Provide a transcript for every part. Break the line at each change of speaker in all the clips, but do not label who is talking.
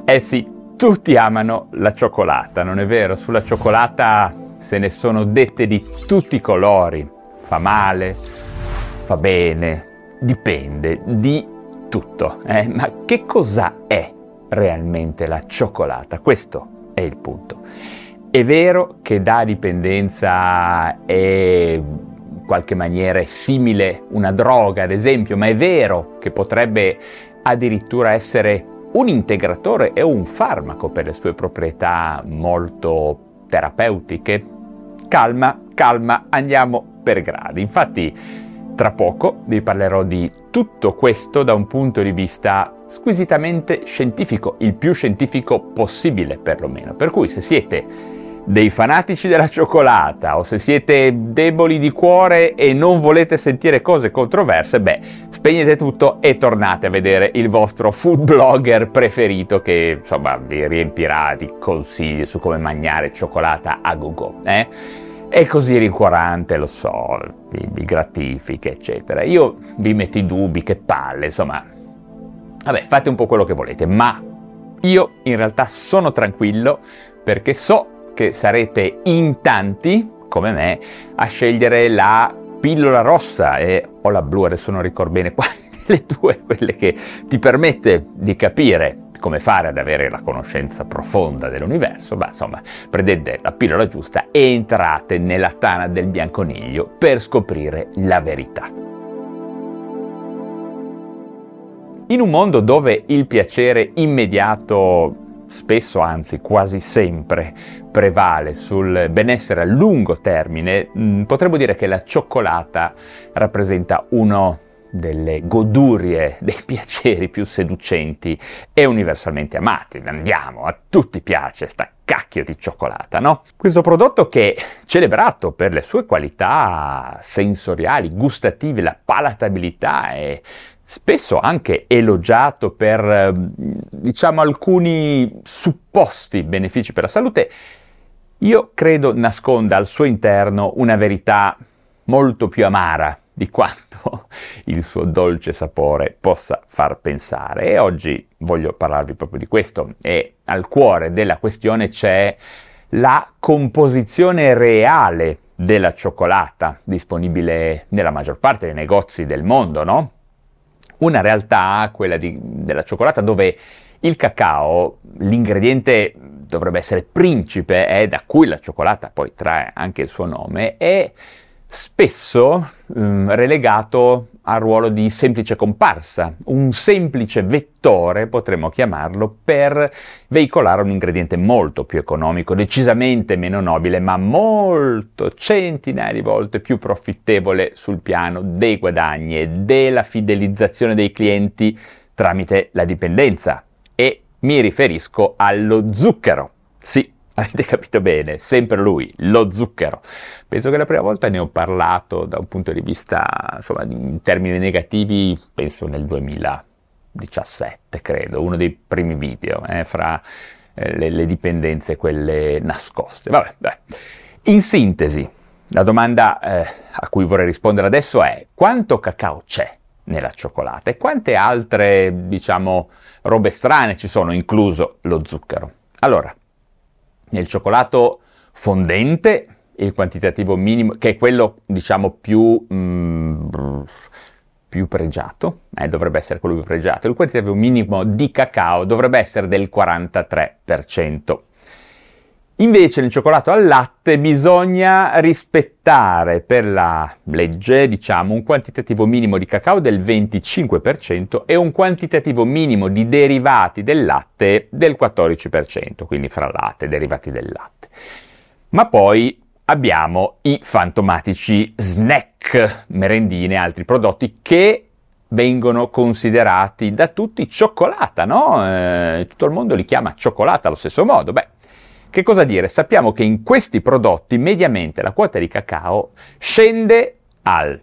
Eh sì, tutti amano la cioccolata, non è vero? Sulla cioccolata se ne sono dette di tutti i colori. Fa male, fa bene, dipende di tutto. Ma che cosa è realmente la cioccolata? Questo è il punto. È vero che da dipendenza è in qualche maniera simile una droga, ad esempio, ma è vero che potrebbe addirittura essere un integratore e un farmaco per le sue proprietà molto terapeutiche? Calma, calma, andiamo per gradi. Infatti, tra poco vi parlerò di tutto questo da un punto di vista squisitamente scientifico, il più scientifico possibile perlomeno. Per cui se siete dei fanatici della cioccolata o se siete deboli di cuore e non volete sentire cose controverse, spegnete tutto e tornate a vedere il vostro food blogger preferito che insomma vi riempirà di consigli su come mangiare cioccolata a go-go. È così rincuorante, lo so, vi gratifica, eccetera. Io vi metto i dubbi, che palle, insomma. Fate un po' quello che volete, ma io in realtà sono tranquillo perché so che sarete in tanti, come me, a scegliere la pillola rossa o la blu, adesso non ricordo bene quale delle due, quelle che ti permette di capire come fare ad avere la conoscenza profonda dell'universo. Insomma, prendete la pillola giusta e entrate nella tana del bianconiglio per scoprire la verità. In un mondo dove il piacere immediato spesso, anzi quasi sempre, prevale sul benessere a lungo termine, potremmo dire che la cioccolata rappresenta uno delle godurie, dei piaceri più seducenti e universalmente amati. Andiamo, a tutti piace sta cacchio di cioccolata, no? Questo prodotto che è celebrato per le sue qualità sensoriali, gustative, la palatabilità e spesso anche elogiato per, alcuni supposti benefici per la salute, io credo nasconda al suo interno una verità molto più amara di quanto il suo dolce sapore possa far pensare. E oggi voglio parlarvi proprio di questo. E al cuore della questione c'è la composizione reale della cioccolata, disponibile nella maggior parte dei negozi del mondo, no? Una realtà, quella della cioccolata, dove il cacao, l'ingrediente dovrebbe essere principe, da cui la cioccolata poi trae anche il suo nome, è spesso relegato al ruolo di semplice comparsa, un semplice vettore, potremmo chiamarlo, per veicolare un ingrediente molto più economico, decisamente meno nobile, ma molto, centinaia di volte più profittevole sul piano dei guadagni e della fidelizzazione dei clienti tramite la dipendenza. E mi riferisco allo zucchero. Sì, avete capito bene, sempre lui, lo zucchero. Penso che la prima volta ne ho parlato da un punto di vista, insomma, in termini negativi, penso nel 2017, credo, uno dei primi video, fra le dipendenze, quelle nascoste. In sintesi, la domanda a cui vorrei rispondere adesso è: quanto cacao c'è nella cioccolata e quante altre, robe strane ci sono, incluso lo zucchero? Allora, nel cioccolato fondente, il quantitativo minimo, che è quello, più pregiato, dovrebbe essere quello più pregiato, il quantitativo minimo di cacao dovrebbe essere del 43%. Invece nel cioccolato al latte bisogna rispettare per la legge, un quantitativo minimo di cacao del 25% e un quantitativo minimo di derivati del latte del 14%, quindi fra latte e derivati del latte. Ma poi abbiamo i fantomatici snack, merendine e altri prodotti che vengono considerati da tutti cioccolata, no? Tutto il mondo li chiama cioccolata allo stesso modo. Che cosa dire? Sappiamo che in questi prodotti mediamente la quota di cacao scende al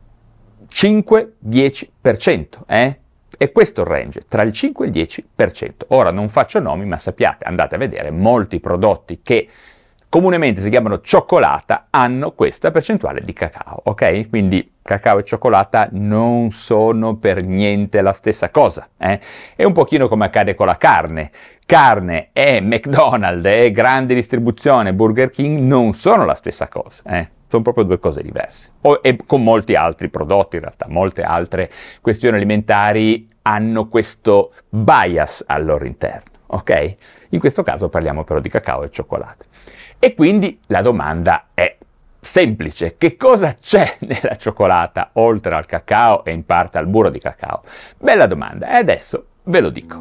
5-10%, E questo è il range, tra il 5 e il 10%. Ora non faccio nomi, ma sappiate, andate a vedere molti prodotti che comunemente si chiamano cioccolata, hanno questa percentuale di cacao, ok? Quindi cacao e cioccolata non sono per niente la stessa cosa, eh? È un pochino come accade con la carne. Carne e McDonald's e grande distribuzione Burger King non sono la stessa cosa, eh? Sono proprio due cose diverse. E con molti altri prodotti, in realtà, molte altre questioni alimentari hanno questo bias al loro interno, ok? In questo caso parliamo però di cacao e cioccolato. E quindi la domanda è semplice: che cosa c'è nella cioccolata oltre al cacao e in parte al burro di cacao? Bella domanda, e adesso ve lo dico.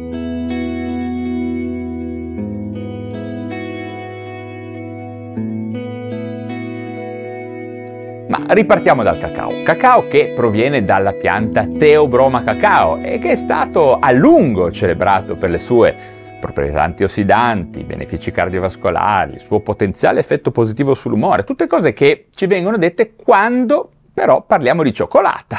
Ma ripartiamo dal cacao. Cacao che proviene dalla pianta Theobroma cacao e che è stato a lungo celebrato per le sue proprietà antiossidanti, benefici cardiovascolari, il suo potenziale effetto positivo sull'umore, tutte cose che ci vengono dette quando però parliamo di cioccolata.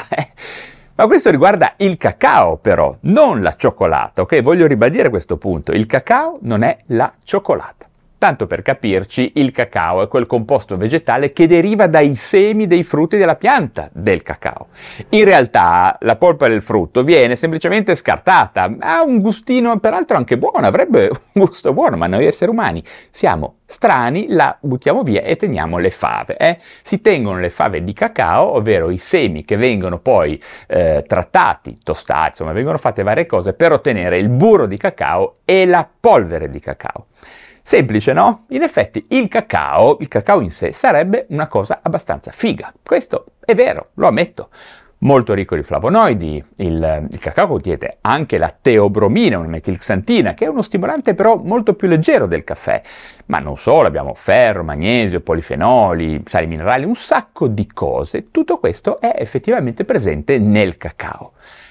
Ma questo riguarda il cacao però, non la cioccolata, ok? Voglio ribadire questo punto, il cacao non è la cioccolata. Tanto per capirci, il cacao è quel composto vegetale che deriva dai semi dei frutti della pianta del cacao. In realtà la polpa del frutto viene semplicemente scartata, ha un gustino peraltro anche buono, avrebbe un gusto buono, ma noi esseri umani siamo strani, la buttiamo via e teniamo le fave. Si tengono le fave di cacao, ovvero i semi che vengono poi trattati, tostati, insomma vengono fatte varie cose per ottenere il burro di cacao e la polvere di cacao. Semplice, no? In effetti il cacao in sé sarebbe una cosa abbastanza figa. Questo è vero, lo ammetto. Molto ricco di flavonoidi, il cacao contiene anche la teobromina, una metilxantina, che è uno stimolante però molto più leggero del caffè. Ma non solo, abbiamo ferro, magnesio, polifenoli, sali minerali, un sacco di cose. Tutto questo è effettivamente presente nel cacao.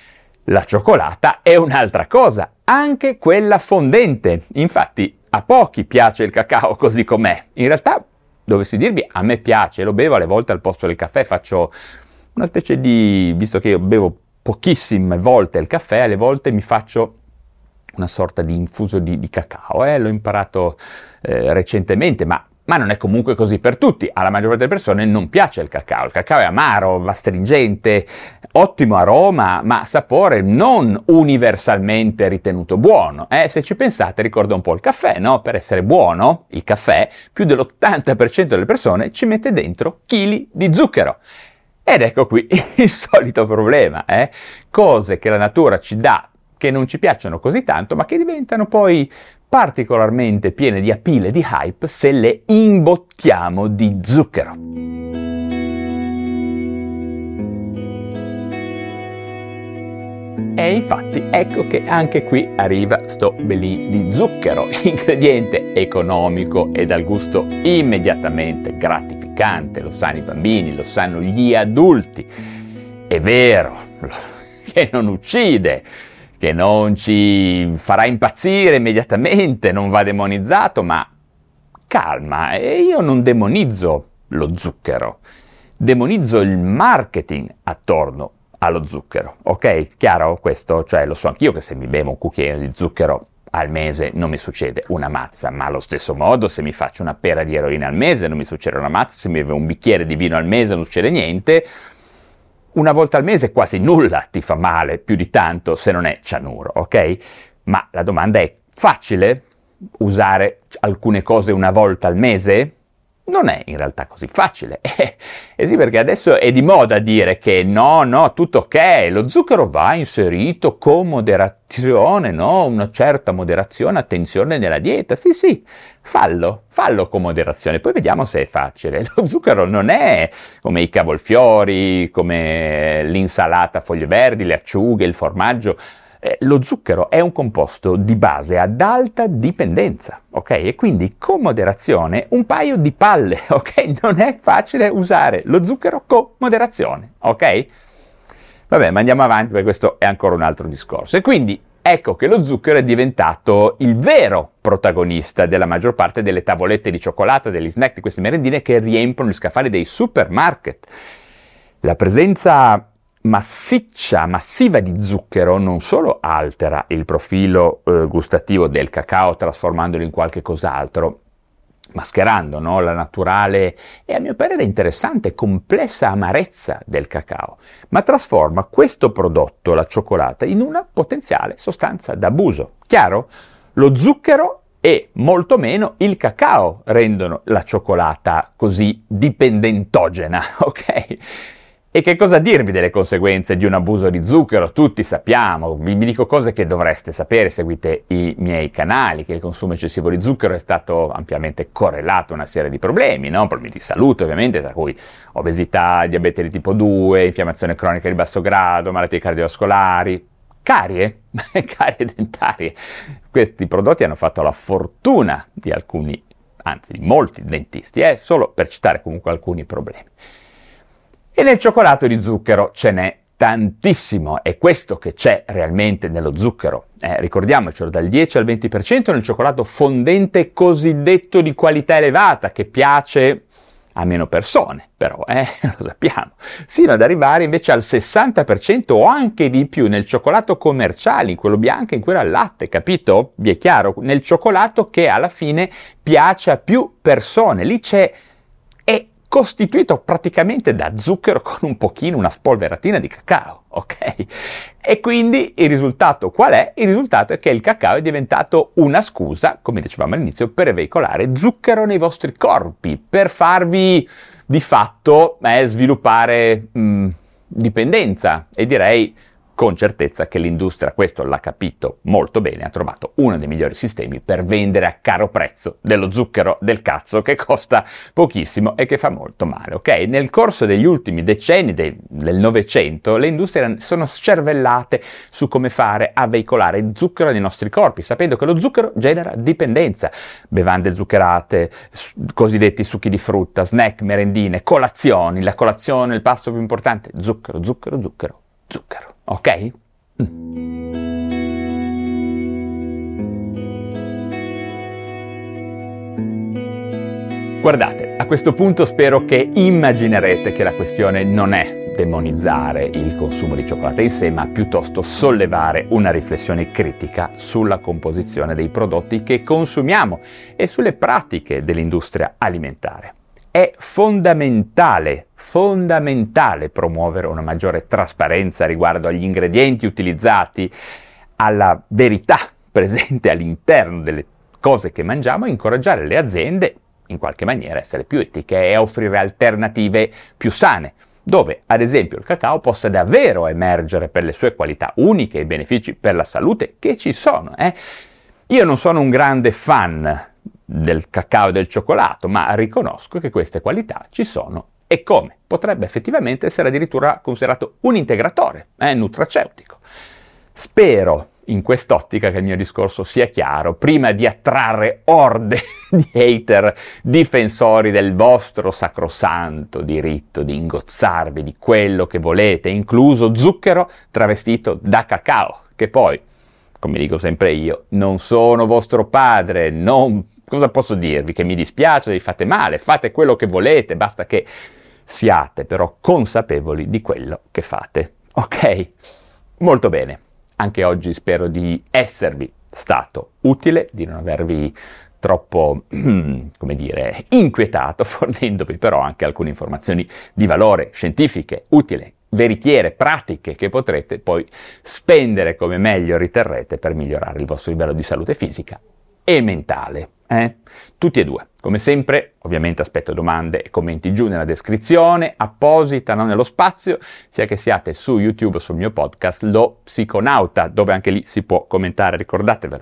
La cioccolata è un'altra cosa, anche quella fondente. Infatti, a pochi piace il cacao così com'è. In realtà, dovessi dirvi, a me piace, lo bevo alle volte al posto del caffè, faccio una specie di, visto che io bevo pochissime volte il caffè, alle volte mi faccio una sorta di infuso di cacao, l'ho imparato recentemente, ma non è comunque così per tutti. Alla maggior parte delle persone non piace il cacao è amaro, astringente, ottimo aroma, ma sapore non universalmente ritenuto buono. Se ci pensate ricorda un po' il caffè, no? Per essere buono, il caffè, più dell'80% delle persone ci mette dentro chili di zucchero. Ed ecco qui il solito problema, cose che la natura ci dà che non ci piacciono così tanto, ma che diventano poi particolarmente piene di appeal e di hype se le imbottiamo di zucchero. E infatti ecco che anche qui arriva sto belin di zucchero, ingrediente economico e dal gusto immediatamente gratificante, lo sanno i bambini, lo sanno gli adulti. È vero che non uccide, che non ci farà impazzire immediatamente, non va demonizzato, ma calma, io non demonizzo lo zucchero, demonizzo il marketing attorno allo zucchero, ok? Chiaro questo? Cioè lo so anch'io che se mi bevo un cucchiaino di zucchero al mese non mi succede una mazza, ma allo stesso modo se mi faccio una pera di eroina al mese non mi succede una mazza, se mi bevo un bicchiere di vino al mese non succede niente. Una volta al mese quasi nulla ti fa male, più di tanto se non è cianuro, ok? Ma la domanda è: facile usare alcune cose una volta al mese? Non è in realtà così facile. Sì, perché adesso è di moda dire che no, tutto ok, lo zucchero va inserito con moderazione, no? Una certa moderazione, attenzione nella dieta. Sì, fallo con moderazione, poi vediamo se è facile. Lo zucchero non è come i cavolfiori, come l'insalata a foglie verdi, le acciughe, il formaggio. Lo zucchero è un composto di base ad alta dipendenza, ok? E quindi con moderazione un paio di palle, ok? Non è facile usare lo zucchero con moderazione, ok? Vabbè, ma andiamo avanti perché questo è ancora un altro discorso. E quindi ecco che lo zucchero è diventato il vero protagonista della maggior parte delle tavolette di cioccolata, degli snack, di queste merendine che riempiono gli scaffali dei supermarket. La presenza massiva di zucchero non solo altera il profilo gustativo del cacao trasformandolo in qualche cos'altro, mascherando, no, la naturale e a mio parere interessante e complessa amarezza del cacao, ma trasforma questo prodotto, la cioccolata, in una potenziale sostanza d'abuso. Chiaro? Lo zucchero e molto meno il cacao rendono la cioccolata così dipendentogena, ok? E che cosa dirvi delle conseguenze di un abuso di zucchero? Tutti sappiamo, vi dico cose che dovreste sapere, seguite i miei canali, che il consumo eccessivo di zucchero è stato ampiamente correlato a una serie di problemi, no? Problemi di salute ovviamente, tra cui obesità, diabete di tipo 2, infiammazione cronica di basso grado, malattie cardiovascolari, carie, carie dentarie. Questi prodotti hanno fatto la fortuna di alcuni, anzi di molti dentisti, solo per citare comunque alcuni problemi. E nel cioccolato di zucchero ce n'è tantissimo, è questo che c'è realmente nello zucchero. Ricordiamocelo, dal 10 al 20% nel cioccolato fondente cosiddetto di qualità elevata, che piace a meno persone, però, lo sappiamo, sino ad arrivare invece al 60% o anche di più nel cioccolato commerciale, in quello bianco, in quello al latte, capito? Vi è chiaro? Nel cioccolato che alla fine piace a più persone, lì è costituito praticamente da zucchero con un pochino, una spolveratina di cacao, ok? E quindi il risultato qual è? Il risultato è che il cacao è diventato una scusa, come dicevamo all'inizio, per veicolare zucchero nei vostri corpi, per farvi di fatto sviluppare dipendenza, e direi con certezza che l'industria questo l'ha capito molto bene, ha trovato uno dei migliori sistemi per vendere a caro prezzo dello zucchero del cazzo che costa pochissimo e che fa molto male, ok? Nel corso degli ultimi decenni del Novecento le industrie sono scervellate su come fare a veicolare zucchero nei nostri corpi, sapendo che lo zucchero genera dipendenza. Bevande zuccherate, cosiddetti succhi di frutta, snack, merendine, colazioni, la colazione, il pasto più importante, zucchero, zucchero, zucchero, zucchero. Ok? Guardate, a questo punto spero che immaginerete che la questione non è demonizzare il consumo di cioccolata in sé, ma piuttosto sollevare una riflessione critica sulla composizione dei prodotti che consumiamo e sulle pratiche dell'industria alimentare. È fondamentale promuovere una maggiore trasparenza riguardo agli ingredienti utilizzati, alla verità presente all'interno delle cose che mangiamo e incoraggiare le aziende in qualche maniera a essere più etiche e a offrire alternative più sane, dove ad esempio il cacao possa davvero emergere per le sue qualità uniche e i benefici per la salute che ci sono. Io non sono un grande fan del cacao e del cioccolato, ma riconosco che queste qualità ci sono e come. Potrebbe effettivamente essere addirittura considerato un integratore nutraceutico. Spero in quest'ottica che il mio discorso sia chiaro, prima di attrarre orde di hater difensori del vostro sacrosanto diritto di ingozzarvi di quello che volete, incluso zucchero travestito da cacao, che poi, come dico sempre io, non sono vostro padre, cosa posso dirvi? Che mi dispiace, vi fate male, fate quello che volete, basta che siate però consapevoli di quello che fate, ok? Molto bene, anche oggi spero di esservi stato utile, di non avervi troppo, come dire, inquietato, fornendovi però anche alcune informazioni di valore, scientifiche, utili, veritiere, pratiche che potrete poi spendere come meglio riterrete per migliorare il vostro livello di salute fisica e mentale. Tutti e due. Come sempre, ovviamente aspetto domande e commenti giù nella descrizione, apposita, non nello spazio, sia che siate su YouTube o sul mio podcast, Lo Psiconauta, dove anche lì si può commentare, ricordatevelo.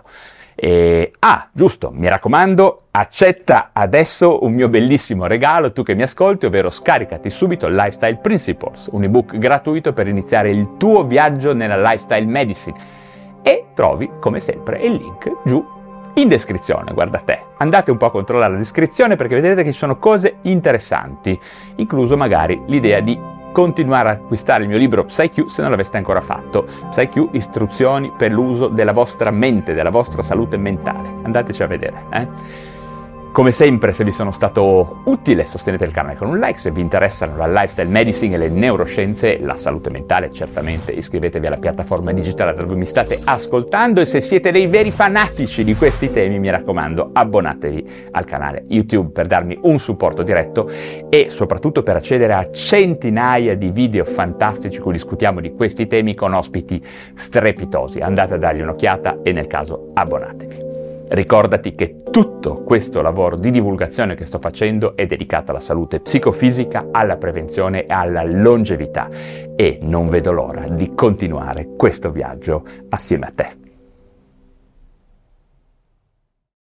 Giusto, mi raccomando, accetta adesso un mio bellissimo regalo, tu che mi ascolti, ovvero scaricati subito Lifestyle Principles, un ebook gratuito per iniziare il tuo viaggio nella lifestyle medicine, e trovi come sempre il link giù in descrizione. Guarda te, andate un po' a controllare la descrizione perché vedrete che ci sono cose interessanti, incluso magari l'idea di continuare a acquistare il mio libro PsyQ se non l'aveste ancora fatto. PsyQ, istruzioni per l'uso della vostra mente, della vostra salute mentale. Andateci a vedere. Come sempre, se vi sono stato utile, sostenete il canale con un like. Se vi interessano la lifestyle medicine e le neuroscienze, la salute mentale, certamente iscrivetevi alla piattaforma digitale dove mi state ascoltando, e se siete dei veri fanatici di questi temi, mi raccomando, abbonatevi al canale YouTube per darmi un supporto diretto e soprattutto per accedere a centinaia di video fantastici in cui discutiamo di questi temi con ospiti strepitosi. Andate a dargli un'occhiata e nel caso abbonatevi. Ricordati che tutto questo lavoro di divulgazione che sto facendo è dedicato alla salute psicofisica, alla prevenzione e alla longevità, e non vedo l'ora di continuare questo viaggio assieme a te.